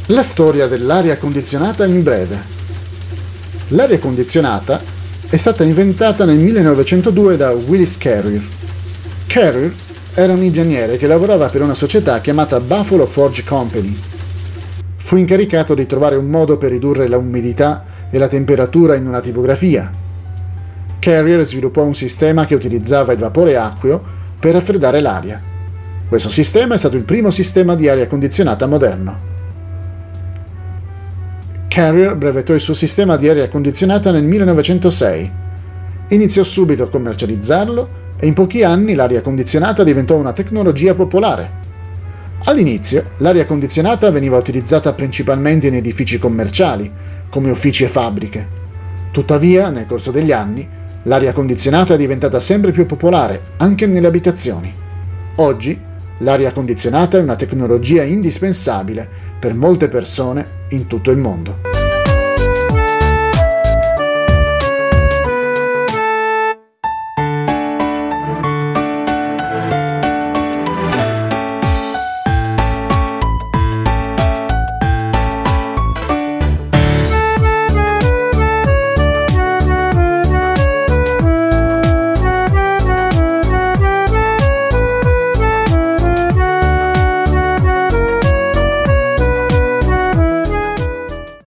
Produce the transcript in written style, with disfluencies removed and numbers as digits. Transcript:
La storia dell'aria condizionata in breve. L'aria condizionata è stata inventata nel 1902 da Willis Carrier. Carrier era un ingegnere che lavorava per una società chiamata Buffalo Forge Company. Fu incaricato di trovare un modo per ridurre l'umidità e la temperatura in una tipografia. Carrier sviluppò un sistema che utilizzava il vapore acqueo per raffreddare l'aria. Questo sistema è stato il primo sistema di aria condizionata moderno. Carrier brevettò il suo sistema di aria condizionata nel 1906. Iniziò subito a commercializzarlo e in pochi anni l'aria condizionata diventò una tecnologia popolare. All'inizio l'aria condizionata veniva utilizzata principalmente in edifici commerciali, come uffici e fabbriche. Tuttavia, nel corso degli anni, l'aria condizionata è diventata sempre più popolare anche nelle abitazioni. Oggi l'aria condizionata è una tecnologia indispensabile per molte persone in tutto il mondo.